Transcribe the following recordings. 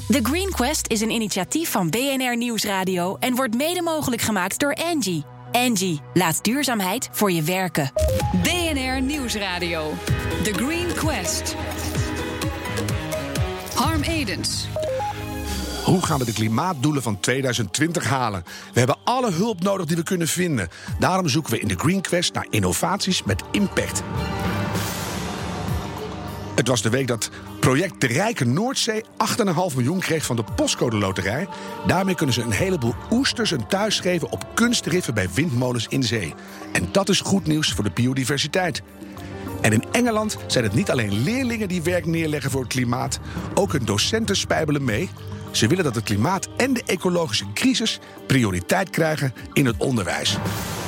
The Green Quest is een initiatief van BNR Nieuwsradio en wordt mede mogelijk gemaakt door Engie. Engie, laat duurzaamheid voor je werken. BNR Nieuwsradio. The Green Quest. Harm Edens. Hoe gaan we de klimaatdoelen van 2020 halen? We hebben alle hulp nodig die we kunnen vinden. Daarom zoeken we in de Green Quest naar innovaties met impact. Het was de week dat project De Rijke Noordzee 8,5 miljoen kreeg van de Postcode Loterij. Daarmee kunnen ze een heleboel oesters een thuis geven op kunstriffen bij windmolens in zee. En dat is goed nieuws voor de biodiversiteit. En in Engeland zijn het niet alleen leerlingen die werk neerleggen voor het klimaat. Ook hun docenten spijbelen mee. Ze willen dat het klimaat en de ecologische crisis prioriteit krijgen in het onderwijs.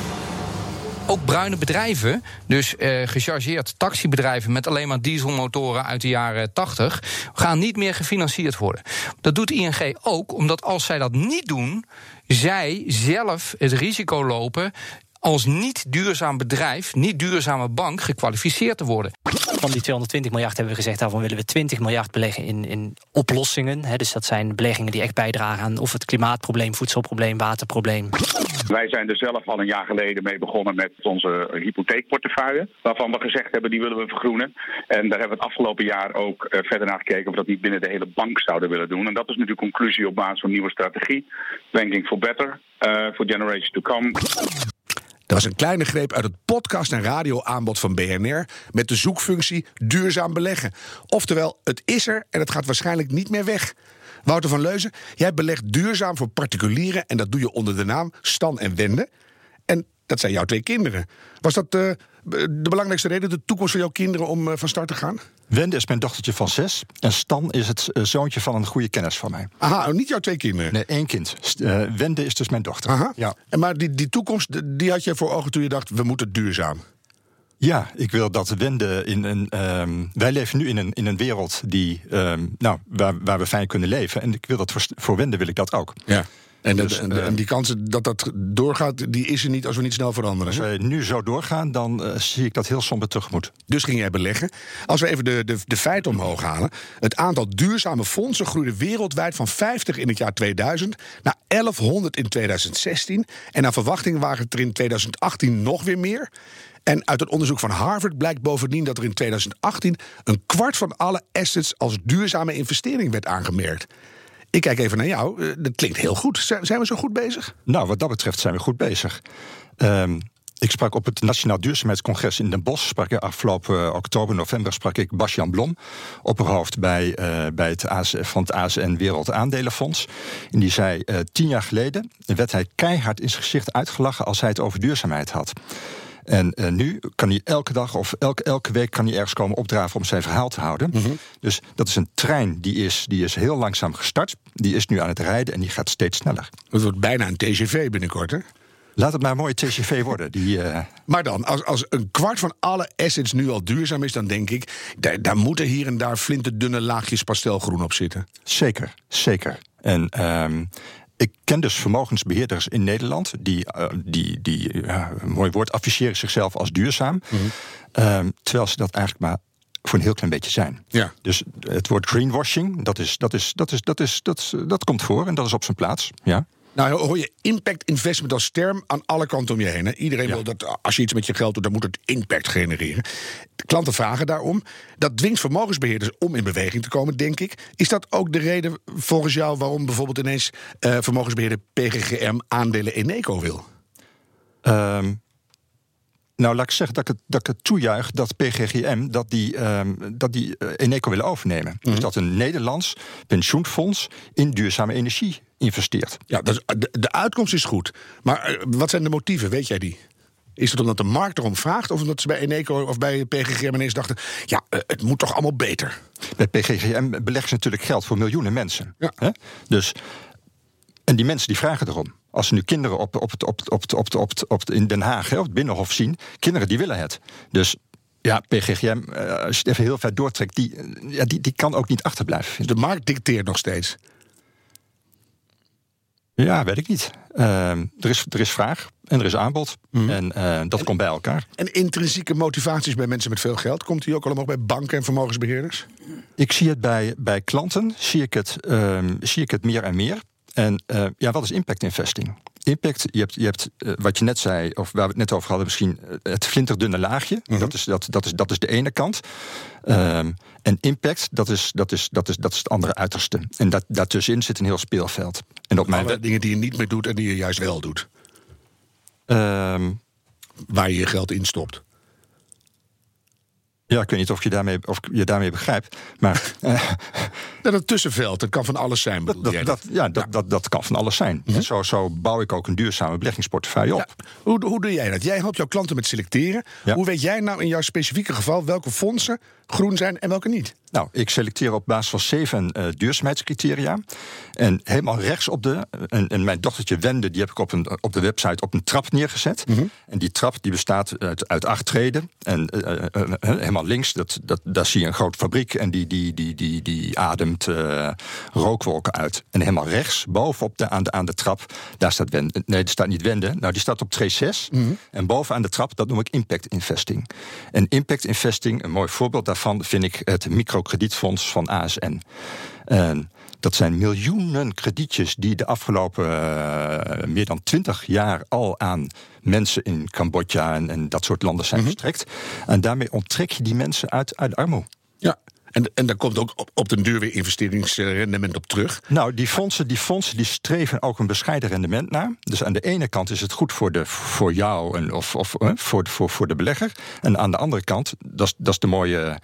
Ook bruine bedrijven, dus gechargeerd taxibedrijven met alleen maar dieselmotoren uit de jaren 80, gaan niet meer gefinancierd worden. Dat doet ING ook, omdat als zij dat niet doen, zij zelf het risico lopen als niet duurzaam bedrijf, niet duurzame bank, gekwalificeerd te worden. Van die 220 miljard hebben we gezegd, daarvan willen we 20 miljard beleggen in oplossingen. Dus dat zijn beleggingen die echt bijdragen aan of het klimaatprobleem, voedselprobleem, waterprobleem. Wij zijn er zelf al een jaar geleden mee begonnen met onze hypotheekportefeuille, waarvan we gezegd hebben, die willen we vergroenen. En daar hebben we het afgelopen jaar ook verder naar gekeken of we dat niet binnen de hele bank zouden willen doen. En dat is nu de conclusie op basis van een nieuwe strategie. Banking for Better, for Generations to Come. Dat was een kleine greep uit het podcast- en radioaanbod van BNR met de zoekfunctie duurzaam beleggen. Oftewel, het is er en het gaat waarschijnlijk niet meer weg. Wouter van Leuzen, jij belegt duurzaam voor particulieren en dat doe je onder de naam Stan en Wende. En dat zijn jouw 2 kinderen. Was dat de belangrijkste reden, de toekomst van jouw kinderen om van start te gaan? Wende is mijn dochtertje van 6 en Stan is het zoontje van een goede kennis van mij. Aha, niet jouw 2 kinderen? Nee, 1 kind. Wende is dus mijn dochter. Aha. Ja. Maar die toekomst, die had je voor ogen toen je dacht, we moeten duurzaam. Ja, ik wil dat Wende in een. Wij leven nu in een wereld die, waar we fijn kunnen leven. En ik wil dat voor Wende wil ik dat ook. Ja. En die kans dat dat doorgaat, die is er niet als we niet snel veranderen. Als we nu zo doorgaan, dan zie ik dat heel somber tegemoet. Dus ging jij beleggen. Als we even de feiten omhoog halen. Het aantal duurzame fondsen groeide wereldwijd van 50 in het jaar 2000... naar 1100 in 2016. En naar verwachting waren het er in 2018 nog weer meer. En uit een onderzoek van Harvard blijkt bovendien dat er in 2018... een kwart van alle assets als duurzame investering werd aangemerkt. Ik kijk even naar jou. Dat klinkt heel goed. Zijn we zo goed bezig? Nou, wat dat betreft zijn we goed bezig. Ik sprak op het Nationaal Duurzaamheidscongres in Den Bosch. Afgelopen oktober, november sprak ik Bas-Jan Blom, opperhoofd bij het ASF van het ASN Wereld Aandelenfonds. En die zei, 10 jaar geleden werd hij keihard in zijn gezicht uitgelachen als hij het over duurzaamheid had. En nu kan hij elke dag of elke week kan hij ergens komen opdraven om zijn verhaal te houden. Mm-hmm. Dus dat is een trein die is heel langzaam gestart. Die is nu aan het rijden en die gaat steeds sneller. Het wordt bijna een TGV binnenkort, hè? Laat het maar een mooie TGV worden. Maar dan, als een kwart van alle assets nu al duurzaam is, dan denk ik, daar moeten hier en daar flinterdunne laagjes pastelgroen op zitten. Zeker, zeker. En ik ken dus vermogensbeheerders in Nederland die een mooi woord, afficheren zichzelf als duurzaam. Mm-hmm. Terwijl ze dat eigenlijk maar voor een heel klein beetje zijn. Ja. Dus het woord greenwashing, dat komt voor en dat is op zijn plaats. Ja. Nou, hoor je impact investment als term aan alle kanten om je heen. Hè? Iedereen wil dat als je iets met je geld doet, dan moet het impact genereren. De klanten vragen daarom. Dat dwingt vermogensbeheerders om in beweging te komen, denk ik. Is dat ook de reden volgens jou waarom bijvoorbeeld ineens vermogensbeheerder PGGM aandelen Eneco wil? Nou, laat ik zeggen dat ik het toejuich dat PGGM dat die Eneco willen overnemen. Mm-hmm. Dus dat een Nederlands pensioenfonds in duurzame energie investeert. Ja, de uitkomst is goed. Maar wat zijn de motieven? Weet jij die? Is het omdat de markt erom vraagt of omdat ze bij Eneco of bij PGGM ineens dachten, ja, het moet toch allemaal beter? Bij PGGM beleggen ze natuurlijk geld voor miljoenen mensen. Ja. Hè? Dus, en die mensen die vragen erom. Als ze nu kinderen in Den Haag, op het Binnenhof zien, kinderen die willen het. Dus ja, PGGM, als je het even heel ver doortrekt, die kan ook niet achterblijven. Dus de markt dicteert nog steeds? Ja, weet ik niet. Er is vraag en er is aanbod. En dat komt bij elkaar. En intrinsieke motivaties bij mensen met veel geld, komt die ook allemaal bij banken en vermogensbeheerders? Ik zie het bij klanten, zie ik het meer en meer. En wat is impact investing? Impact, je hebt wat je net zei, of waar we het net over hadden, misschien het flinterdunne laagje. Dat is de ene kant. En impact, dat is het andere uiterste. En daartussenin zit een heel speelveld. En op alle dingen die je niet meer doet en die je juist wel doet. Waar je je geld in stopt. Ja, ik weet niet of je daarmee begrijpt. Maar dat tussenveld, dat kan van alles zijn. Dat kan van alles zijn. En zo bouw ik ook een duurzame beleggingsportefeuille op. Ja. Hoe doe jij dat? Jij helpt jouw klanten met selecteren. Ja. Hoe weet jij nou in jouw specifieke geval welke fondsen groen zijn en welke niet? Nou, ik selecteer op basis van 7 duurzaamheidscriteria. En helemaal rechts en mijn dochtertje Wende, die heb ik op de website op een trap neergezet. En die trap die bestaat uit 8 treden. En helemaal links, daar zie je een grote fabriek. En die ademt rookwolken uit. En helemaal rechts, bovenop aan de trap, daar staat Wende. Nee, er staat niet Wende. Nou, die staat op tree 6. En bovenaan de trap, dat noem ik impact investing. En impact investing, een mooi voorbeeld daarvan vind ik het microkredietfonds van ASN. Dat zijn miljoenen kredietjes die de afgelopen meer dan 20 jaar al aan mensen in Cambodja en dat soort landen zijn verstrekt. En daarmee onttrek je die mensen uit armoede. Ja. En daar komt ook op den duur weer investeringsrendement op terug. Nou, die fondsen die streven ook een bescheiden rendement naar. Dus aan de ene kant is het goed voor jou of voor de belegger. En aan de andere kant, dat is de mooie,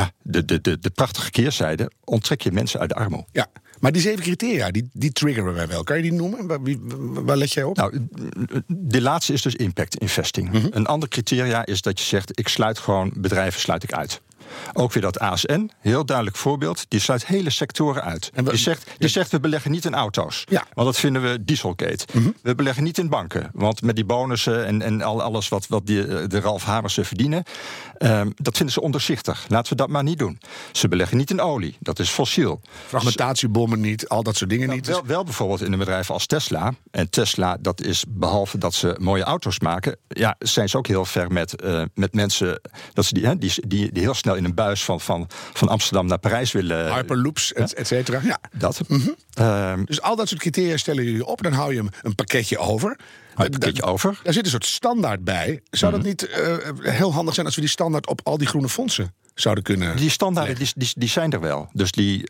de prachtige keerzijde, onttrek je mensen uit de armoede. Ja. Maar die 7 criteria, die triggeren wij wel. Kan je die noemen? Waar let jij op? Nou, de laatste is dus impact investing. Een ander criteria is dat je zegt, ik sluit gewoon bedrijven uit. Ook weer dat ASN, heel duidelijk voorbeeld, die sluit hele sectoren uit. Die zegt, we beleggen niet in auto's, want dat vinden we dieselgate. We beleggen niet in banken, want met die bonussen en alles wat de Ralph Hamersen verdienen, dat vinden ze ondoorzichtig. Laten we dat maar niet doen. Ze beleggen niet in olie, dat is fossiel. Fragmentatiebommen niet, al dat soort dingen niet. Wel bijvoorbeeld in een bedrijf als Tesla. En Tesla, dat is, behalve dat ze mooie auto's maken, zijn ze ook heel ver met mensen, dat ze die heel snel in een buis van Amsterdam naar Parijs willen. Hyperloops, et cetera. Ja. Dat. Dus al dat soort criteria stellen jullie op. Dan hou je een pakketje over. Daar zit een soort standaard bij. Zou dat niet heel handig zijn als we die standaard op al die groene fondsen zouden kunnen? Die standaarden die zijn er wel. Dus die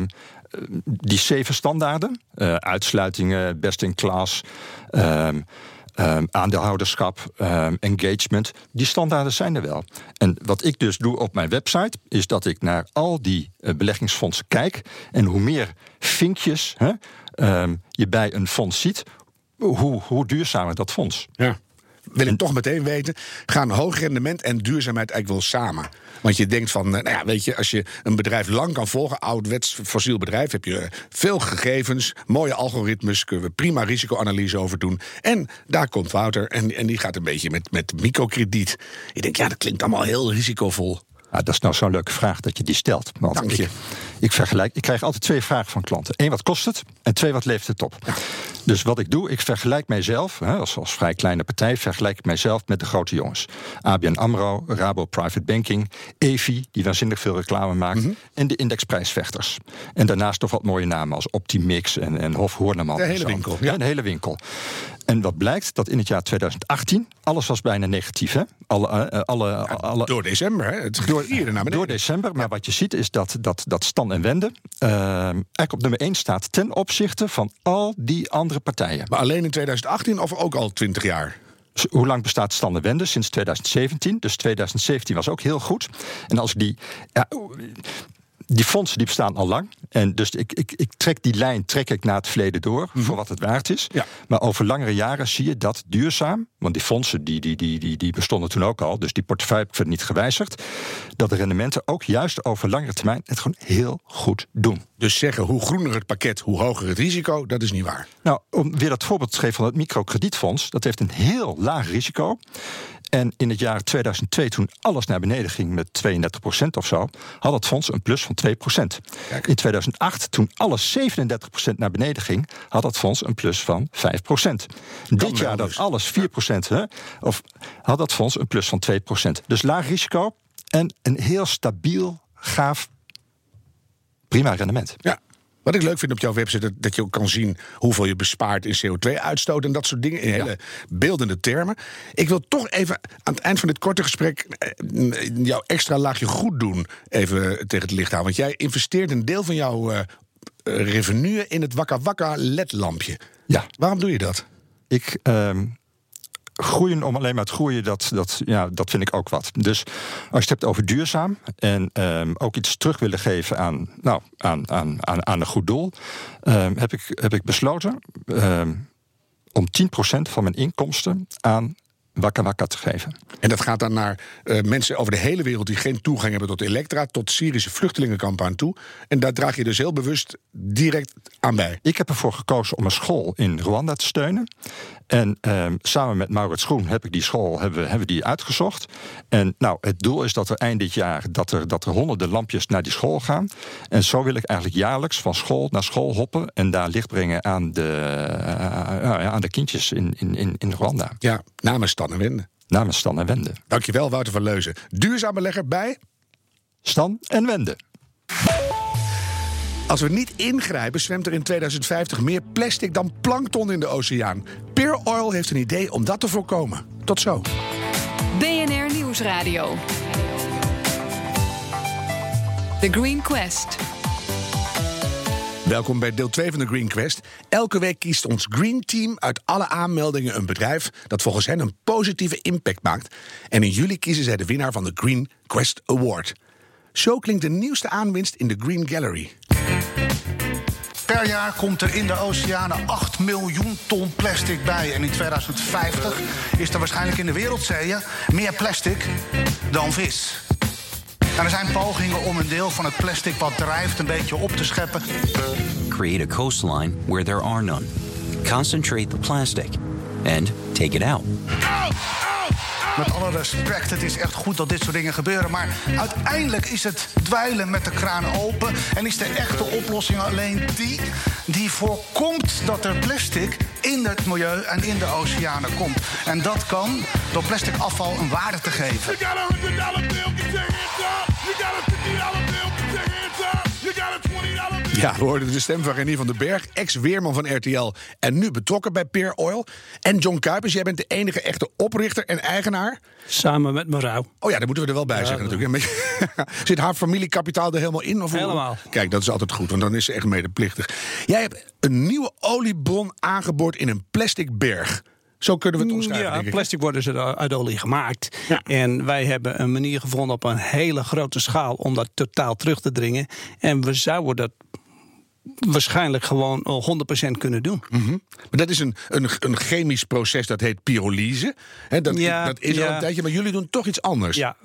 7 standaarden, uitsluitingen, best in class, aandeelhouderschap, engagement, die standaarden zijn er wel. En wat ik dus doe op mijn website, is dat ik naar al die beleggingsfondsen kijk. En hoe meer vinkjes je bij een fonds ziet, hoe duurzamer dat fonds. Ja. Wil ik toch meteen weten, gaan hoog rendement en duurzaamheid eigenlijk wel samen? Want je denkt van, weet je, als je een bedrijf lang kan volgen, ouderwets fossiel bedrijf, heb je veel gegevens, mooie algoritmes, kunnen we prima risicoanalyse over doen. En daar komt Wouter en die gaat een beetje met microkrediet. Je denkt, dat klinkt allemaal heel risicovol. Dat is nou zo'n leuke vraag dat je die stelt. Want Dank je. Ik krijg altijd 2 vragen van klanten. 1, wat kost het? En 2, wat levert het op? Ja. Dus wat ik doe, ik vergelijk mijzelf, als vrij kleine partij, vergelijk ik mijzelf met de grote jongens. ABN AMRO, Rabo Private Banking, Evi, die waanzinnig veel reclame maakt, en de indexprijsvechters. En daarnaast toch wat mooie namen als Optimix en Hof Hoorneman. De hele winkel. Ja, de hele winkel. En wat blijkt, dat in het jaar 2018, alles was bijna negatief, hè? Door december, hè? Het ging hier naar beneden. Door december, maar wat je ziet is dat Stan en Wende eigenlijk op nummer 1 staat ten opzichte van al die andere partijen. Maar alleen in 2018 of ook al 20 jaar? Hoe lang bestaat Stan en Wende? Sinds 2017. Dus 2017 was ook heel goed. En als die fondsen die bestaan al lang. En dus ik trek die lijn naar het verleden door, voor wat het waard is. Ja. Maar over langere jaren zie je dat duurzaam, want die fondsen die bestonden toen ook al, dus die portefeuille heb ik niet gewijzigd, dat de rendementen ook juist over langere termijn het gewoon heel goed doen. Dus zeggen, hoe groener het pakket, hoe hoger het risico, dat is niet waar. Nou, om weer dat voorbeeld te geven van het microkredietfonds, dat heeft een heel laag risico. En in het jaar 2002, toen alles naar beneden ging met 32% of zo, had het fonds een plus van 2%. Kijk. In 2008, toen alles 37% naar beneden ging, had het fonds een plus van 5%. Dit jaar dat alles 4%, had dat fonds een plus van 2%. Dus laag risico en een heel stabiel, gaaf, prima rendement. Ja. Wat ik leuk vind op jouw website, dat je ook kan zien hoeveel je bespaart in CO2-uitstoot en dat soort dingen in hele beeldende termen. Ik wil toch even aan het eind van dit korte gesprek jouw extra laagje goed doen even tegen het licht houden. Want jij investeert een deel van jouw revenue in het Wakka Wakka LED-lampje. Ja. Waarom doe je dat? Groeien om alleen maar het groeien, dat vind ik ook wat. Dus als je het hebt over duurzaam en ook iets terug willen geven aan een goed doel, heb ik besloten om 10% van mijn inkomsten aan Wakka Wakka te geven. En dat gaat dan naar mensen over de hele wereld die geen toegang hebben tot elektra, tot Syrische vluchtelingenkampen aan toe. En daar draag je dus heel bewust direct aan bij. Ik heb ervoor gekozen om een school in Rwanda te steunen. En samen met Maurits Groen heb ik die school hebben we die uitgezocht. En het doel is dat er eind dit jaar dat er honderden lampjes naar die school gaan. En zo wil ik eigenlijk jaarlijks van school naar school hoppen en daar licht brengen aan de kindjes in Rwanda. Ja, namens Stan en Wende. Namens Stan en Wende. Dankjewel, Wouter van Leuzen. Duurzaam belegger bij Stan en Wende. Als we niet ingrijpen, zwemt er in 2050 meer plastic dan plankton in de oceaan. Peer Oil heeft een idee om dat te voorkomen. Tot zo. BNR Nieuwsradio. The Green Quest. Welkom bij deel 2 van de Green Quest. Elke week kiest ons Green Team uit alle aanmeldingen een bedrijf dat volgens hen een positieve impact maakt. En in juli kiezen zij de winnaar van de Green Quest Award. Zo klinkt de nieuwste aanwinst in de Green Gallery. Per jaar komt er in de oceanen 8 miljoen ton plastic bij. En in 2050 is er waarschijnlijk in de wereldzeeën meer plastic dan vis. En er zijn pogingen om een deel van het plastic wat drijft een beetje op te scheppen. Create a coastline where there are none. Concentrate the plastic and take it out. Met alle respect, het is echt goed dat dit soort dingen gebeuren. Maar uiteindelijk is het dweilen met de kraan open. En is de echte oplossing alleen die voorkomt dat er plastic in het milieu en in de oceanen komt. En dat kan door plastic afval een waarde te geven. Ja, we hoorden de stem van Renier van den Berg, ex-weerman van RTL en nu betrokken bij Peer Oil. En John Kuipers, jij bent de enige echte oprichter en eigenaar. Samen met mevrouw. Oh ja, daar moeten we er wel bij zeggen natuurlijk. Zit haar familiekapitaal er helemaal in? Of helemaal. Kijk, dat is altijd goed, want dan is ze echt medeplichtig. Jij hebt een nieuwe oliebron aangeboord in een plastic berg. Zo kunnen we het omschrijven, denk ik. Plastic worden ze uit olie gemaakt. Ja. En wij hebben een manier gevonden op een hele grote schaal om dat totaal terug te dringen. En we zouden dat waarschijnlijk gewoon 100% kunnen doen. Mm-hmm. Maar dat is een chemisch proces dat heet pyrolyse. Dat is al een tijdje, maar jullie doen toch iets anders. Ja,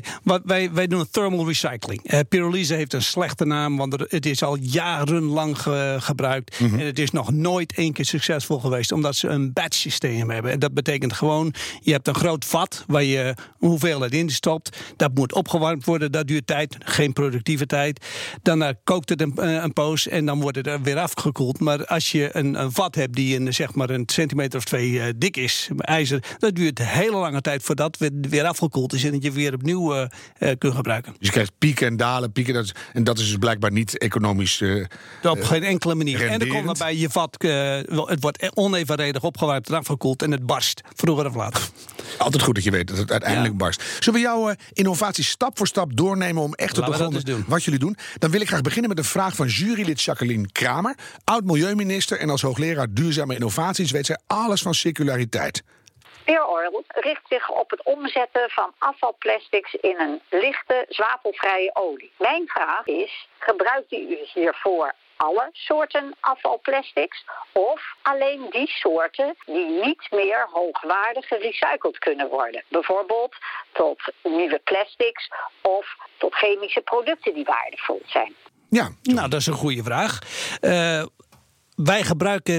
wij doen thermal recycling. Pyrolyse heeft een slechte naam, want het is al jarenlang gebruikt. Mm-hmm. En het is nog nooit één keer succesvol geweest, omdat ze een batch systeem hebben. En dat betekent gewoon, je hebt een groot vat waar je een hoeveelheid in stopt. Dat moet opgewarmd worden, dat duurt tijd, geen productieve tijd. Dan kookt het een poos en dan wordt het er weer afgekoeld. Maar als je een vat hebt die een centimeter of 2 dik is, ijzer, dat duurt een hele lange tijd voordat het weer afgekoeld is en dat je weer opnieuw kunt gebruiken. Dus je krijgt pieken en dalen, en dat is dus blijkbaar niet economisch op geen enkele manier. Renderend. En dan komt daarbij je vat, het wordt onevenredig opgewarmd en afgekoeld en het barst, vroeger of later. Altijd goed dat je weet dat het uiteindelijk barst. Zullen we jouw innovatie stap voor stap doornemen om echt te doorgronden wat jullie doen? Dan wil ik graag beginnen met een vraag van jurylid Jacqueline Kramer, oud-milieuminister en als hoogleraar duurzame innovaties weet zij alles van circulariteit. Peer Oil richt zich op het omzetten van afvalplastics in een lichte, zwavelvrije olie. Mijn vraag is, gebruikt u hiervoor alle soorten afvalplastics of alleen die soorten die niet meer hoogwaardig gerecycled kunnen worden? Bijvoorbeeld tot nieuwe plastics of tot chemische producten die waardevol zijn. Ja, nou, dat is een goede vraag. Wij gebruiken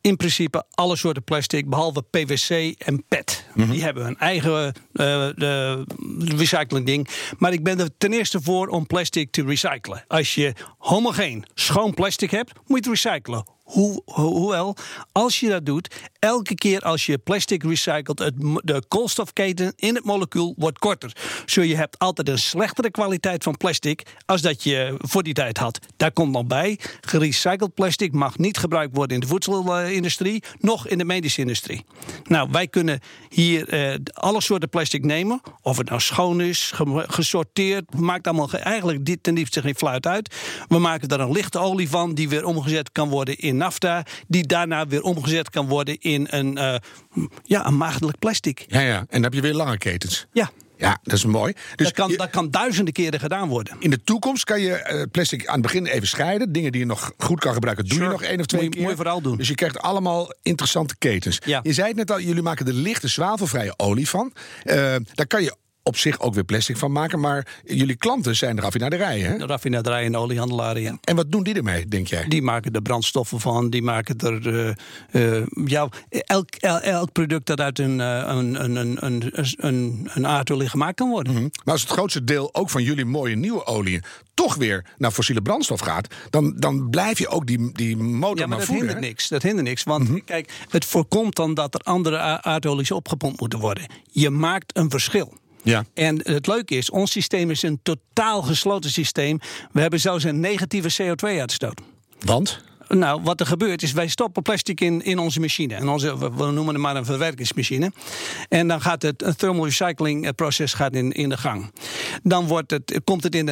in principe alle soorten plastic, behalve PVC en PET. Die hebben hun eigen recycling ding. Maar ik ben er ten eerste voor om plastic te recyclen. Als je homogeen, schoon plastic hebt, moet je het recyclen. Hoewel, als je dat doet, elke keer als je plastic recycelt, de koolstofketen in het molecuul wordt korter. Zo je hebt altijd een slechtere kwaliteit van plastic als dat je voor die tijd had. Daar komt nog bij, gerecycled plastic mag niet gebruikt worden in de voedselindustrie, noch in de medische industrie. Nou, wij kunnen hier alle soorten plastic nemen, of het nou schoon is, gesorteerd, maakt allemaal eigenlijk ten diepste geen fluit uit. We maken er een lichte olie van, die weer omgezet kan worden in nafta, die daarna weer omgezet kan worden in een maagdelijk plastic. Ja, en dan heb je weer lange ketens. Ja, dat is mooi. Dus dat kan duizenden keren gedaan worden. In de toekomst kan je plastic aan het begin even scheiden. Dingen die je nog goed kan gebruiken, doe je nog 1 of 2 keer. Moet je vooral doen. Dus je krijgt allemaal interessante ketens. Ja. Je zei het net al, jullie maken er lichte zwavelvrije olie van. Daar kan je op zich ook weer plastic van maken, maar jullie klanten zijn de raffinaderijen, hè? De raffinaderijen en oliehandelaren, ja. En wat doen die ermee, denk jij? Die maken er brandstoffen van, die maken er elk product dat uit een aardolie gemaakt kan worden. Maar als het grootste deel ook van jullie mooie nieuwe olie toch weer naar fossiele brandstof gaat, dan blijf je ook die motor maar voeden. Dat hindert niks, want kijk, het voorkomt dan dat er andere aardolies opgepompt moeten worden. Je maakt een verschil. Ja. En het leuke is, ons systeem is een totaal gesloten systeem. We hebben zelfs een negatieve CO2-uitstoot. Want? Nou, wat er gebeurt is, wij stoppen plastic in onze machine. En we noemen het maar een verwerkingsmachine. En dan gaat het thermal recycling proces in de gang. Dan komt het in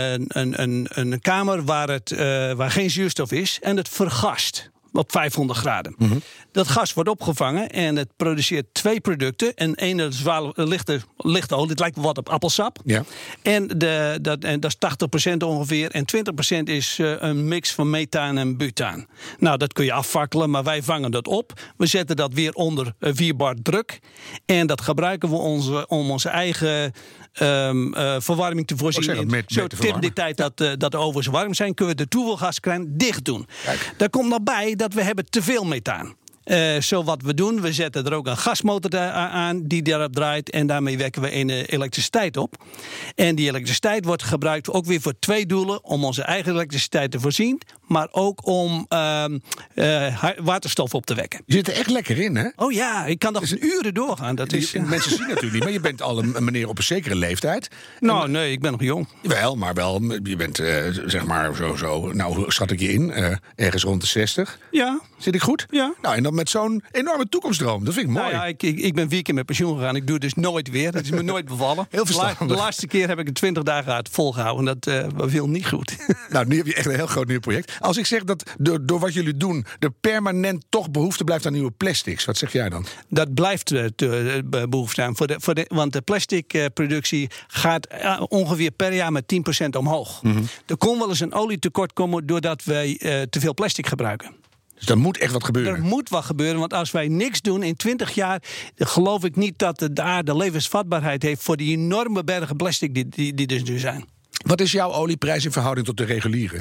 een kamer waar geen zuurstof is en het vergast op 500 graden. Dat gas wordt opgevangen en het produceert 2 producten. En één is lichte olie, het lijkt wat op appelsap. Ja. En dat is 80% ongeveer. En 20% is een mix van methaan en butaan. Nou, dat kun je afvakkelen, maar wij vangen dat op. We zetten dat weer onder 4 bar druk. En dat gebruiken we om onze eigen verwarming te voorzien. Zo tegen die tijd dat de ovens warm zijn, kunnen we de toevoergaskraan dicht doen. Kijk. Daar komt nog bij dat we hebben te veel methaan. Zo wat we doen, we zetten er ook een gasmotor aan die daarop draait en daarmee wekken we elektriciteit op. En die elektriciteit wordt gebruikt ook weer voor 2 doelen: om onze eigen elektriciteit te voorzien, maar ook om waterstof op te wekken. Je zit er echt lekker in, hè? Oh ja, ik kan nog uren doorgaan. Mensen zien natuurlijk niet, maar je bent al een meneer op een zekere leeftijd. Nou, nee, ik ben nog jong. Wel, maar wel, je bent zeg maar zo, nou, hoe schat ik je in? Ergens rond de 60? Ja. Zit ik goed? Ja. Nou, en dan met zo'n enorme toekomstdroom. Dat vind ik mooi. Nou ja, ik ben 4 keer met pensioen gegaan. Ik doe het dus nooit weer. Dat is me nooit bevallen. Heel verstandig. De laatste keer heb ik het 20 dagen volgehouden. Dat viel niet goed. Nou, nu heb je echt een heel groot nieuw project. Als ik zeg dat door wat jullie doen er permanent toch behoefte blijft aan nieuwe plastics, wat zeg jij dan? Dat blijft behoefte aan. Want de plasticproductie gaat ongeveer per jaar met 10% omhoog. Er kon wel eens een olietekort komen doordat wij te veel plastic gebruiken. Dus er moet echt wat gebeuren. Er moet wat gebeuren, want als wij niks doen in 20 jaar, geloof ik niet dat de aarde levensvatbaarheid heeft voor die enorme bergen plastic die dus nu zijn. Wat is jouw olieprijs in verhouding tot de reguliere?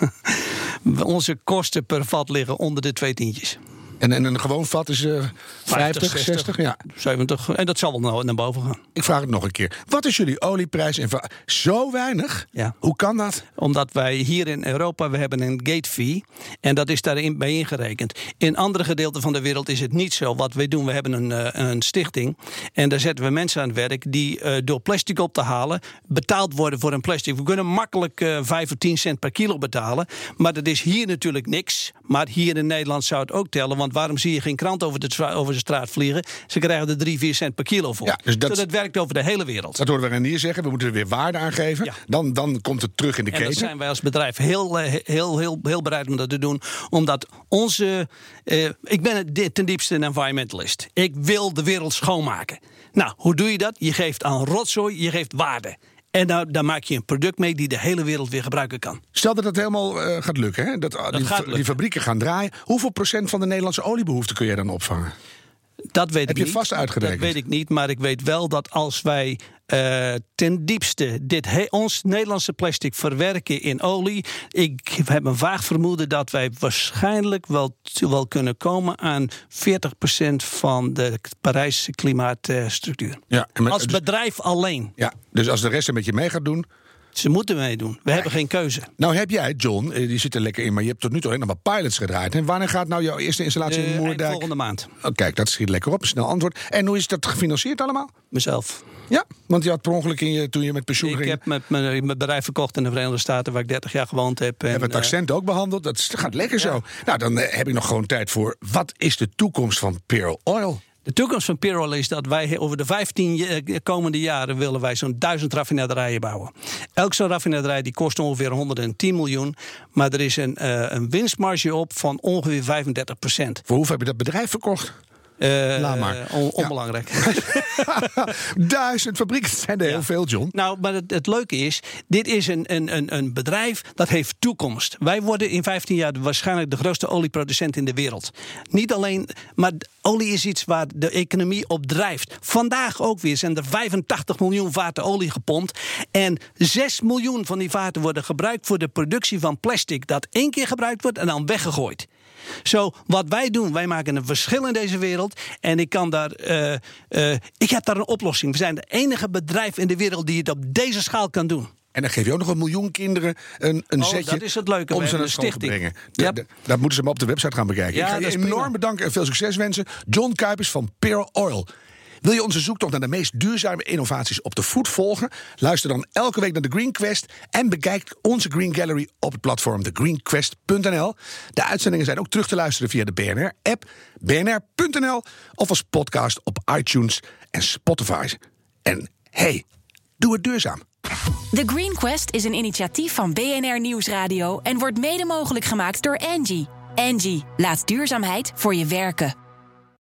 Onze kosten per vat liggen onder de 2 tientjes. En een gewoon vat is 50, 60? Ja. 70. En dat zal wel naar boven gaan. Ik vraag het nog een keer. Wat is jullie olieprijs? Zo weinig? Ja. Hoe kan dat? Omdat wij hier in Europa, we hebben een gate fee. En dat is daarin bij ingerekend. In andere gedeelten van de wereld is het niet zo. Wat wij doen, we hebben een stichting. En daar zetten we mensen aan het werk die door plastic op te halen betaald worden voor een plastic. We kunnen makkelijk 5 of 10 cent per kilo betalen. Maar dat is hier natuurlijk niks. Maar hier in Nederland zou het ook tellen. Want waarom zie je geen krant over de straat vliegen? Ze krijgen er 3-4 cent per kilo voor. Ja, dus dat werkt over de hele wereld. Dat horen we Renier zeggen. We moeten er weer waarde aan geven. Ja. Dan komt het terug in de keten. En dat zijn wij als bedrijf heel bereid om dat te doen. Omdat ik ben ten diepste een environmentalist. Ik wil de wereld schoonmaken. Nou, hoe doe je dat? Je geeft aan rotzooi, je geeft waarde. En daar maak je een product mee die de hele wereld weer gebruiken kan. Stel dat het helemaal gaat lukken, hè? Die fabrieken gaan draaien. Hoeveel procent van de Nederlandse oliebehoefte kun jij dan opvangen? Dat weet ik niet. Heb je vast uitgerekend? Dat weet ik niet, maar ik weet wel dat als wij ten diepste ons Nederlandse plastic verwerken in olie. Ik heb een vaag vermoeden dat wij waarschijnlijk wel kunnen komen aan 40% van de Parijse klimaatstructuur. Ja, als bedrijf alleen. Ja, dus als de rest een beetje mee gaat doen. Ze moeten meedoen. We hebben geen keuze. Nou heb jij, John, die zit er lekker in, maar je hebt tot nu toe alleen nog maar pilots gedraaid. En wanneer gaat nou jouw eerste installatie in Moerdijk? Volgende maand. Oh, kijk, dat schiet lekker op. Snel antwoord. En hoe is dat gefinancierd allemaal? Mezelf. Ja, want je had per ongeluk toen je met pensioen ging. Ik heb met mijn bedrijf verkocht in de Verenigde Staten, waar ik 30 jaar gewoond heb. Hebben we het accent ook behandeld? Dat gaat lekker zo. Nou, dan heb ik nog gewoon tijd voor. Wat is de toekomst van Pearl Oil? De toekomst van Pearl is dat wij over de 15 komende jaren willen wij zo'n 1000 raffinaderijen bouwen. Elk zo'n raffinaderij die kost ongeveer 110 miljoen. Maar er is een winstmarge op van ongeveer 35%. Voor hoeveel heb je dat bedrijf verkocht? Laat maar. Onbelangrijk. 1000 fabrieken, dat zijn er heel veel, John. Nou, maar het leuke is, dit is een bedrijf dat heeft toekomst. Wij worden in 15 jaar waarschijnlijk de grootste olieproducent in de wereld. Niet alleen, maar olie is iets waar de economie op drijft. Vandaag ook weer zijn er 85 miljoen vaten olie gepompt. En 6 miljoen van die vaten worden gebruikt voor de productie van plastic dat 1 keer gebruikt wordt en dan weggegooid. Zo, wat wij doen, wij maken een verschil in deze wereld. En ik heb daar een oplossing. We zijn het enige bedrijf in de wereld die het op deze schaal kan doen. En dan geef je ook nog 1 miljoen kinderen een zetje dat is het leuke, om ze naar school te brengen. Dat moeten ze maar op de website gaan bekijken. Ja, ik ga je enorm bedanken en veel succes wensen. John Kuipers van Pearl Oil. Wil je onze zoektocht naar de meest duurzame innovaties op de voet volgen? Luister dan elke week naar The Green Quest en bekijk onze Green Gallery op het platform thegreenquest.nl. De uitzendingen zijn ook terug te luisteren via de BNR-app, bnr.nl of als podcast op iTunes en Spotify. En hey, doe het duurzaam. The Green Quest is een initiatief van BNR Nieuwsradio en wordt mede mogelijk gemaakt door Engie. Engie, laat duurzaamheid voor je werken.